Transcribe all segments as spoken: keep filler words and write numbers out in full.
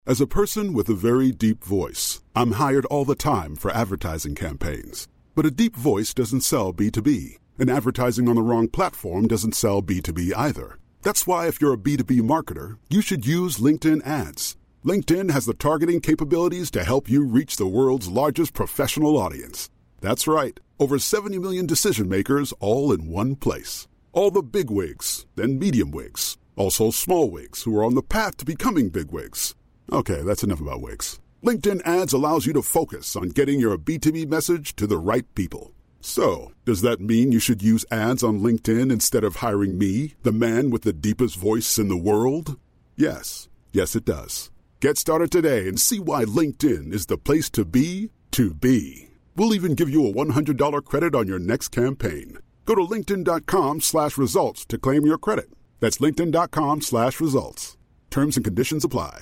As a person with a very deep voice, I'm hired all the time for advertising campaigns. But a deep voice doesn't sell B two B, and advertising on the wrong platform doesn't sell B two B either. That's why if you're a B two B marketer, you should use LinkedIn ads. LinkedIn has the targeting capabilities to help you reach the world's largest professional audience. That's right, over seventy million decision makers all in one place. All the big wigs, then medium wigs, also small wigs who are on the path to becoming big wigs. Okay, that's enough about wigs. LinkedIn ads allows you to focus on getting your B two B message to the right people. So, does that mean you should use ads on LinkedIn instead of hiring me, the man with the deepest voice in the world? Yes. Yes, it does. Get started today and see why LinkedIn is the place to be, to be. We'll even give you a one hundred dollars credit on your next campaign. Go to linkedin.com slash results to claim your credit. That's linkedin.com slash results. Terms and conditions apply.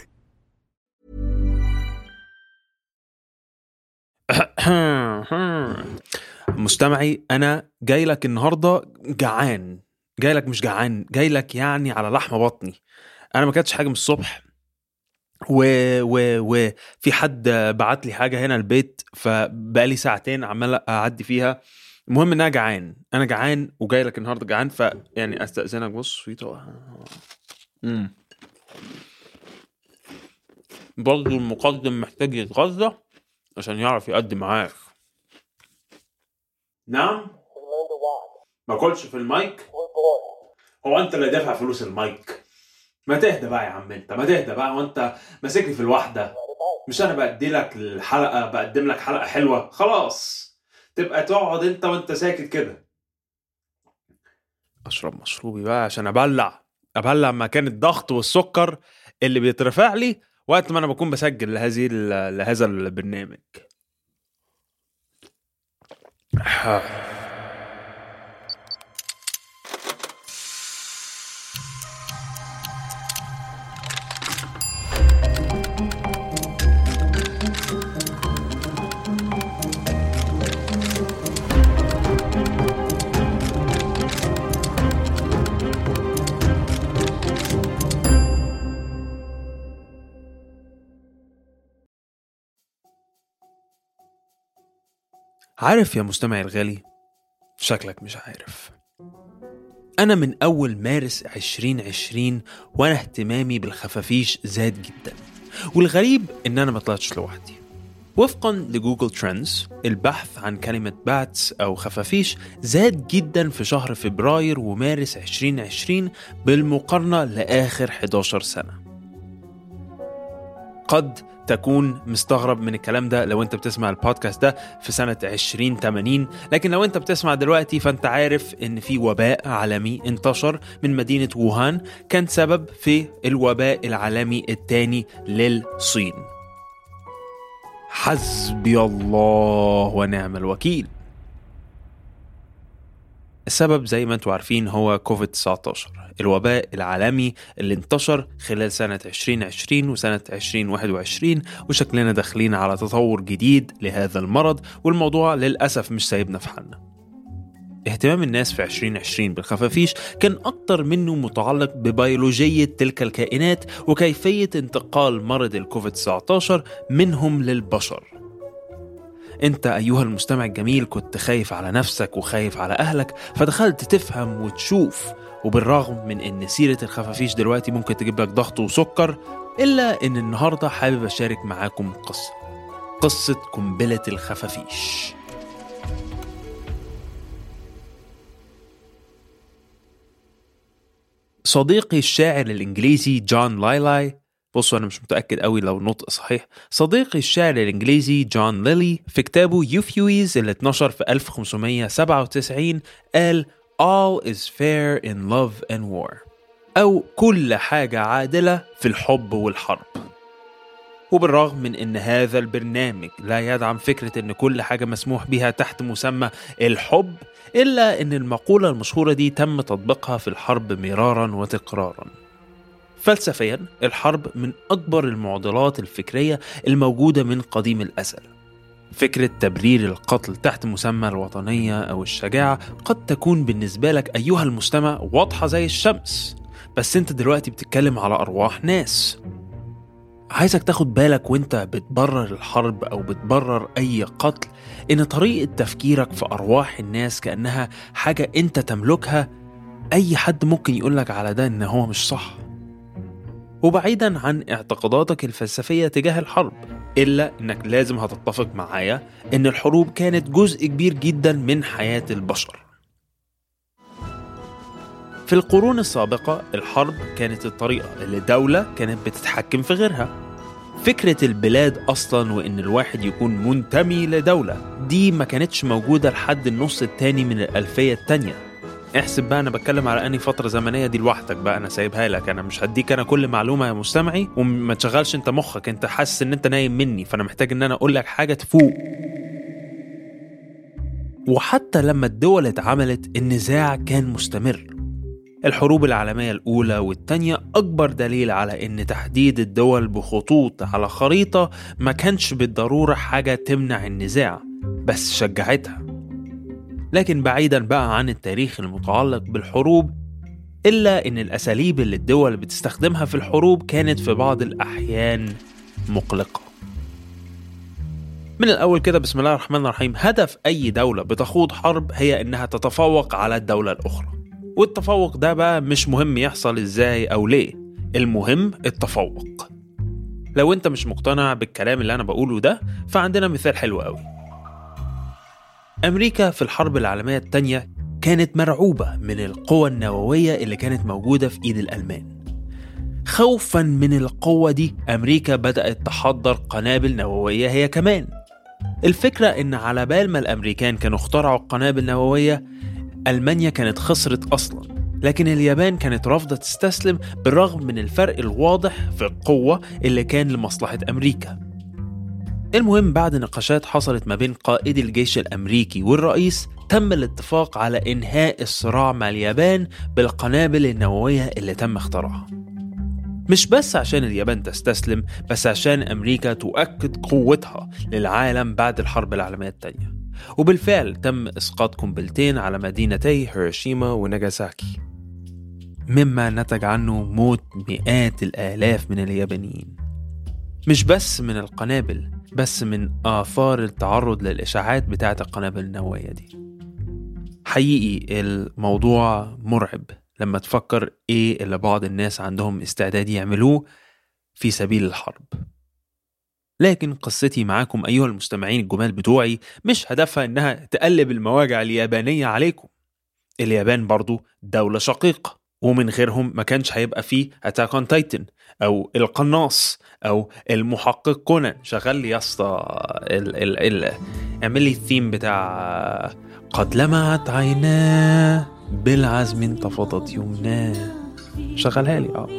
مستمعي، أنا جاي لك النهاردة جعان، جاي لك مش جعان، جاي لك يعني على لحم بطني. أنا ما كانتش حاجة من الصبح، و و و في حد بعت لي حاجة هنا البيت، فبقالي ساعتين عمال أعدي فيها. المهم إن أنا جعان، أنا جعان وجاي لك النهاردة جعان، فيعني أستأذنك. بص في امم برضو المقدم محتاج يتغذى عشان يعرف يقدم معاك. نعم، ما قلتش في المايك. هو انت اللي دافع فلوس المايك؟ ما تهدى بقى يا عم، انت ما تهدى بقى، وانت ماسكني في الوحدة. مش انا بقدم لك الحلقة، بقدم لك حلقة حلوة، خلاص تبقى تقعد انت وانت ساكت كده. اشرب مشروبي بقى عشان ابلع ابلع مكان الضغط والسكر اللي بيترفع لي وقت ما انا بكون بسجل لهذه لهذا البرنامج. عارف يا مستمعي الغالي، شكلك مش عارف، أنا من أول مارس عشرين عشرين وأنا اهتمامي بالخفافيش زاد جدا، والغريب إن أنا ما طلعتش لوحدي. وفقا لجوجل ترندز، البحث عن كلمة باتس أو خفافيش زاد جدا في شهر فبراير ومارس عشرين عشرين بالمقارنة لآخر إحدى عشرة سنة. قد تكون مستغرب من الكلام ده لو انت بتسمع البودكاست ده في سنة عشرين ثمانين، لكن لو انت بتسمع دلوقتي فانت عارف ان في وباء عالمي انتشر من مدينة ووهان، كان سبب في الوباء العالمي الثاني للصين. حسبي الله ونعم الوكيل. السبب زي ما انتوا عارفين هو كوفيد تسعة عشر، الوباء العالمي اللي انتشر خلال سنة عشرين عشرين وسنة عشرين واحد وعشرين، وشكلنا داخلين على تطور جديد لهذا المرض، والموضوع للأسف مش سايبنا في حالنا. اهتمام الناس في عشرين عشرين بالخفافيش كان أكتر منه متعلق ببيولوجية تلك الكائنات وكيفية انتقال مرض الكوفيد تسعة عشر منهم للبشر. انت ايها المستمع الجميل كنت خايف على نفسك وخايف على اهلك، فدخلت تفهم وتشوف، وبالرغم من ان سيرة الخفافيش دلوقتي ممكن تجيب لك ضغط وسكر، الا ان النهاردة حابب اشارك معاكم قصة قصة قنبلة الخفافيش. صديقي الشاعر الانجليزي جون لايلاي، بصوا أنا مش متأكد قوي لو النطق صحيح، صديقي الشاعر الإنجليزي جون ليلي في كتابه يوفيويز اللي اتنشر في ألف وخمسمية سبعة وتسعين قال All is fair in love and war، أو كل حاجة عادلة في الحب والحرب. وبالرغم من أن هذا البرنامج لا يدعم فكرة أن كل حاجة مسموح بها تحت مسمى الحب، إلا أن المقولة المشهورة دي تم تطبيقها في الحرب مرارا وتكرارا. فلسفيا الحرب من أكبر المعضلات الفكرية الموجودة من قديم الأزل. فكرة تبرير القتل تحت مسمى الوطنية أو الشجاعة قد تكون بالنسبة لك أيها المستمع واضحة زي الشمس، بس أنت دلوقتي بتتكلم على أرواح ناس. عايزك تاخد بالك وانت بتبرر الحرب أو بتبرر أي قتل إن طريقة تفكيرك في أرواح الناس كأنها حاجة انت تملكها. أي حد ممكن يقولك على ده إن هو مش صح. وبعيدا عن اعتقاداتك الفلسفية تجاه الحرب، إلا إنك لازم هتتفق معايا إن الحروب كانت جزء كبير جدا من حياة البشر. في القرون السابقة الحرب كانت الطريقة اللي دولة كانت بتتحكم في غيرها. فكرة البلاد أصلا وإن الواحد يكون منتمي لدولة دي ما كانتش موجودة لحد النص التاني من الألفية التانية. احسب بقى أنا بتكلم على أني فترة زمنية دي لوحدك بقى، أنا سايبها لك، أنا مش هديك أنا كل معلومة يا مستمعي وما تشغلش أنت مخك، أنت حاسس أن أنت نايم مني، فأنا محتاج أن أنا أقول لك حاجة تفوق. وحتى لما الدول اتعملت النزاع كان مستمر. الحروب العالمية الأولى والتانية أكبر دليل على أن تحديد الدول بخطوط على خريطة ما كانش بالضرورة حاجة تمنع النزاع، بس شجعتها. لكن بعيدا بقى عن التاريخ المتعلق بالحروب، إلا أن الأساليب اللي الدول بتستخدمها في الحروب كانت في بعض الأحيان مقلقة. من الأول كده بسم الله الرحمن الرحيم، هدف أي دولة بتخوض حرب هي أنها تتفوق على الدولة الأخرى. والتفوق ده بقى مش مهم يحصل إزاي أو ليه، المهم التفوق. لو أنت مش مقتنع بالكلام اللي أنا بقوله ده فعندنا مثال حلو قوي. أمريكا في الحرب العالمية التانية كانت مرعوبة من القوة النووية اللي كانت موجودة في إيد الألمان. خوفا من القوة دي أمريكا بدأت تحضر قنابل نووية هي كمان. الفكرة إن على بال ما الأمريكان كانوا اخترعوا قنابل نووية، ألمانيا كانت خسرت أصلا، لكن اليابان كانت رافضة تستسلم بالرغم من الفرق الواضح في القوة اللي كان لمصلحة أمريكا. المهم بعد نقاشات حصلت ما بين قائد الجيش الأمريكي والرئيس، تم الاتفاق على إنهاء الصراع مع اليابان بالقنابل النووية اللي تم اختراعها. مش بس عشان اليابان تستسلم، بس عشان أمريكا تؤكد قوتها للعالم بعد الحرب العالمية الثانية. وبالفعل تم إسقاط قنبلتين على مدينتي هيروشيما وناغاساكي، مما نتج عنه موت مئات الآلاف من اليابانيين، مش بس من القنابل بس من آثار التعرض للإشعاعات بتاعة القنابل النووية دي. حقيقي الموضوع مرعب لما تفكر إيه اللي بعض الناس عندهم استعداد يعملوه في سبيل الحرب. لكن قصتي معاكم أيها المستمعين الجمال بتوعي مش هدفها إنها تقلب المواجع اليابانية عليكم. اليابان برضو دولة شقيقة، ومن غيرهم ما كانش هيبقى فيه أتاك أون تايتن أو القناص أو المحقق كونان. شغل لي يسطا ال ال ال اعمل لي الثيم بتاع قد لمعت عيناه بالعزم انتفضت يمناه، شغلها لي. اه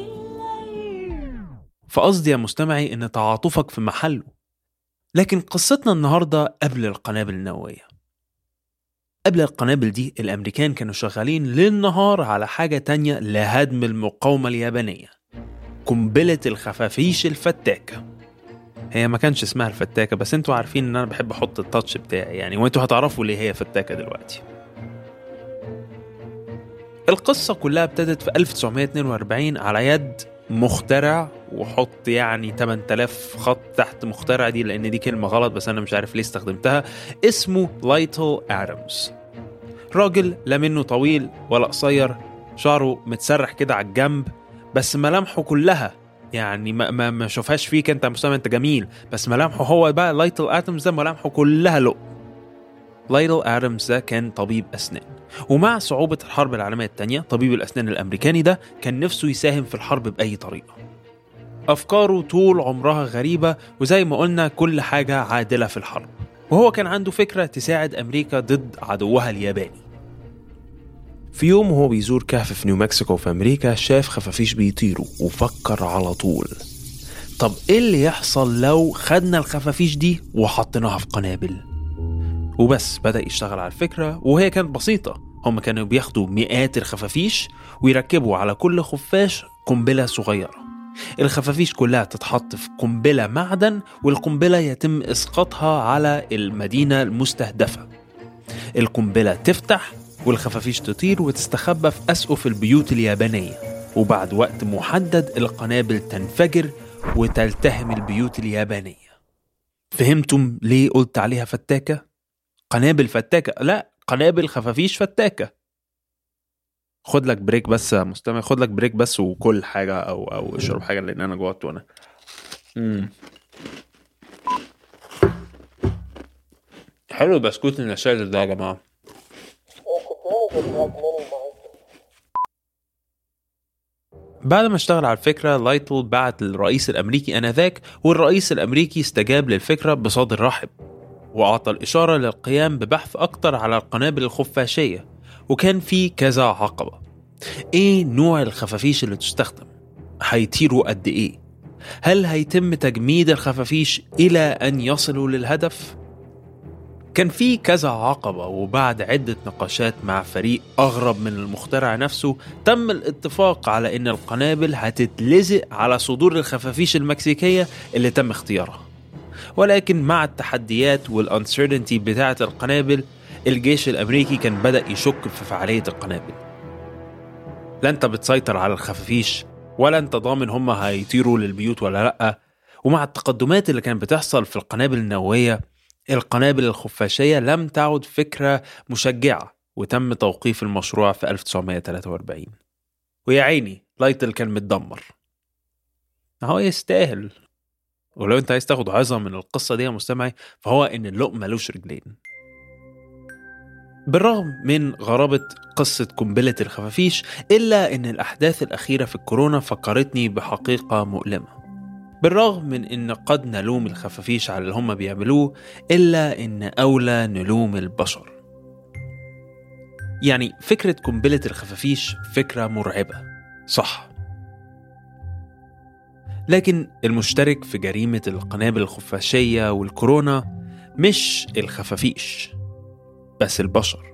فقصدي يا مستمعي إن تعاطفك في محله. لكن قصتنا النهاردة قبل القنابل النووية. قبل القنابل دي الأمريكان كانوا شغالين للنهار على حاجة تانية لهدم المقاومة اليابانية، قنبلة الخفافيش الفتاكة. هي ما كانش اسمها الفتاكة، بس انتوا عارفين ان انا بحب احط التاتش بتاعي يعني، وانتوا هتعرفوا ليه هي فتاكة دلوقتي. القصة كلها ابتدت في ألف وتسعمية اتنين وأربعين على يد مخترع، وحط يعني ثمانية آلاف خط تحت مخترع دي لأن دي كلمة غلط بس أنا مش عارف ليه استخدمتها. اسمه لايتل آدمز. راجل لا منه طويل ولا قصير، شعره متسرح كده على الجنب، بس ملامحه كلها يعني ما ما, ما شوفهاش فيك انت مسامع انت جميل، بس ملامحه هو بقى لايتل آدمز ده ملامحه كلها لق. لايتل آدمز ده كان طبيب أسنان، ومع صعوبة الحرب العالمية الثانية طبيب الأسنان الأمريكاني ده كان نفسه يساهم في الحرب بأي طريقة. أفكاره طول عمرها غريبة، وزي ما قلنا كل حاجة عادلة في الحرب، وهو كان عنده فكرة تساعد أمريكا ضد عدوها الياباني. في يوم وهو بيزور كهف في نيو مكسيكو في أمريكا شاف خفافيش بيطيروا وفكر على طول، طب إيه اللي يحصل لو خدنا الخفافيش دي وحطيناها في قنابل؟ وبس بدأ يشتغل على الفكرة، وهي كانت بسيطة. هم كانوا بياخدوا مئات الخفافيش ويركبوا على كل خفاش قنبلة صغيرة. الخفافيش كلها تتحط في قنبلة معدن، والقنبلة يتم إسقاطها على المدينة المستهدفة. القنبلة تفتح والخفافيش تطير وتستخبى في أسقف البيوت اليابانية، وبعد وقت محدد القنابل تنفجر وتلتهم البيوت اليابانية. فهمتم ليه قلت عليها فتاكة؟ قنابل فتاكة؟ لا، قنابل خفافيش فتاكة. خد لك بريك بس يا مستمع، خد لك بريك بس وكل حاجة أو أو اشرب حاجة لأن أنا جوعت. وأنا مم. حلو بسكوت النشال ده يا جماعة. بعد ما اشتغل على الفكرة، لايتل بعت للرئيس الأمريكي آنذاك، والرئيس الأمريكي استجاب للفكرة بصدر رحب وأعطى الإشارة للقيام ببحث أكتر على القنابل الخفاشية. وكان في كذا عقبة. إيه نوع الخفافيش اللي تستخدم؟ هيطيروا قد إيه؟ هل هيتم تجميد الخفافيش إلى أن يصلوا للهدف؟ كان في كذا عقبة، وبعد عدة نقاشات مع فريق أغرب من المخترع نفسه تم الاتفاق على أن القنابل هتتلزق على صدور الخفافيش المكسيكية اللي تم اختيارها. ولكن مع التحديات والانسرتينتي بتاعة القنابل، الجيش الأمريكي كان بدأ يشك في فعالية القنابل. لا أنت بتسيطر على الخفافيش، ولا أنت ضامن هم هيطيروا للبيوت ولا لأ. ومع التقدمات اللي كانت بتحصل في القنابل النووية، القنابل الخفاشية لم تعد فكرة مشجعة، وتم توقيف المشروع في ألف وتسعمية وتلاتة وأربعين. ويا عيني لايتل كان متدمر. هو يستاهل. ولو انت عايز تاخد عظة من القصة دي يا مستمعي، فهو ان اللقمة ملوش رجلين. بالرغم من غرابة قصة قنبلة الخفافيش، إلا ان الأحداث الأخيرة في الكورونا فكرتني بحقيقة مؤلمة. بالرغم من ان قد نلوم الخفافيش على اللي هم بيعملوه، إلا ان أولى نلوم البشر. يعني فكرة قنبلة الخفافيش فكرة مرعبة، صح، لكن المشترك في جريمة القنابل الخفاشية والكورونا مش الخفافيش بس، البشر.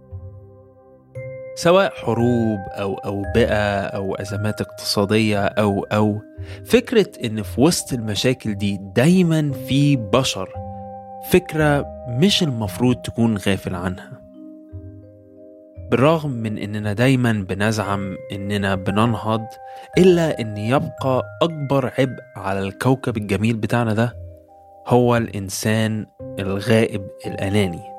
سواء حروب أو أوبئة أو أزمات اقتصادية أو أو فكرة إن في وسط المشاكل دي دايما في بشر، فكرة مش المفروض تكون غافل عنها. بالرغم من إننا دايما بنزعم إننا بننهض، إلا إن يبقى أكبر عبء على الكوكب الجميل بتاعنا ده هو الإنسان الغائب الأناني.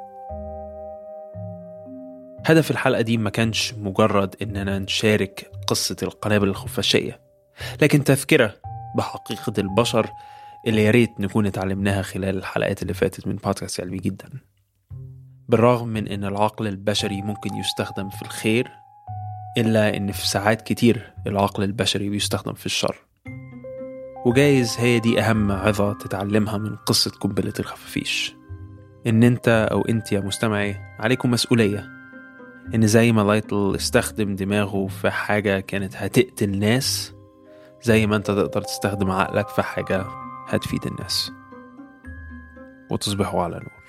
هدف الحلقة دي ما كانش مجرد إننا نشارك قصة القنابل الخفاشية، لكن تذكرة بحقيقة البشر اللي ياريت نكون اتعلمناها خلال الحلقات اللي فاتت من بودكاست علمي جدا. بالرغم من إن العقل البشري ممكن يستخدم في الخير، إلا إن في ساعات كتير العقل البشري بيستخدم في الشر. وجايز هي دي أهم عظة تتعلمها من قصة قنبلة الخفافيش، إن أنت أو أنت يا مستمعي عليكم مسؤولية. إن زي ما لايتل استخدم دماغه في حاجة كانت هتقتل ناس، زي ما أنت تقدر تستخدم عقلك في حاجة هتفيد الناس. وتصبحوا على نور.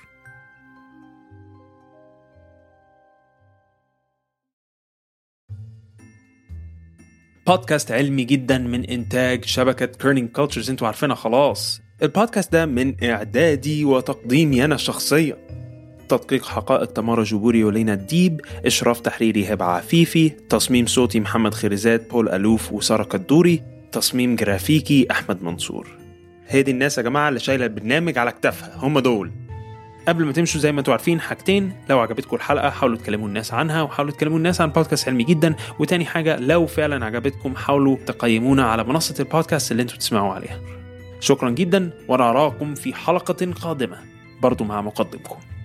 بودكاست علمي جدا من إنتاج شبكة كيرنينج كولتشرز، انتوا عارفينها خلاص. البودكاست ده من إعدادي وتقديمي أنا شخصيا، تدقيق حقائق تمارا جبوري ولينا الديب، إشراف تحريري هبة عفيفي، تصميم صوتي محمد خيرزات، بول ألوف وسارة كدوري، تصميم جرافيكي أحمد منصور. هي دي الناس يا جماعة اللي شايلة البرنامج على كتافها، هم دول. قبل ما تمشوا زي ما انتوا عارفين حاجتين: لو عجبتكم الحلقة حاولوا تكلموا الناس عنها، وحاولوا تكلموا الناس عن بودكاست علمي جدا. وتاني حاجة، لو فعلا عجبتكم حاولوا تقيمونا على منصة البودكاست اللي انتوا تسمعوا عليها. شكرا جدا، وانا أراكم في حلقة قادمة برضو مع مقدمكم.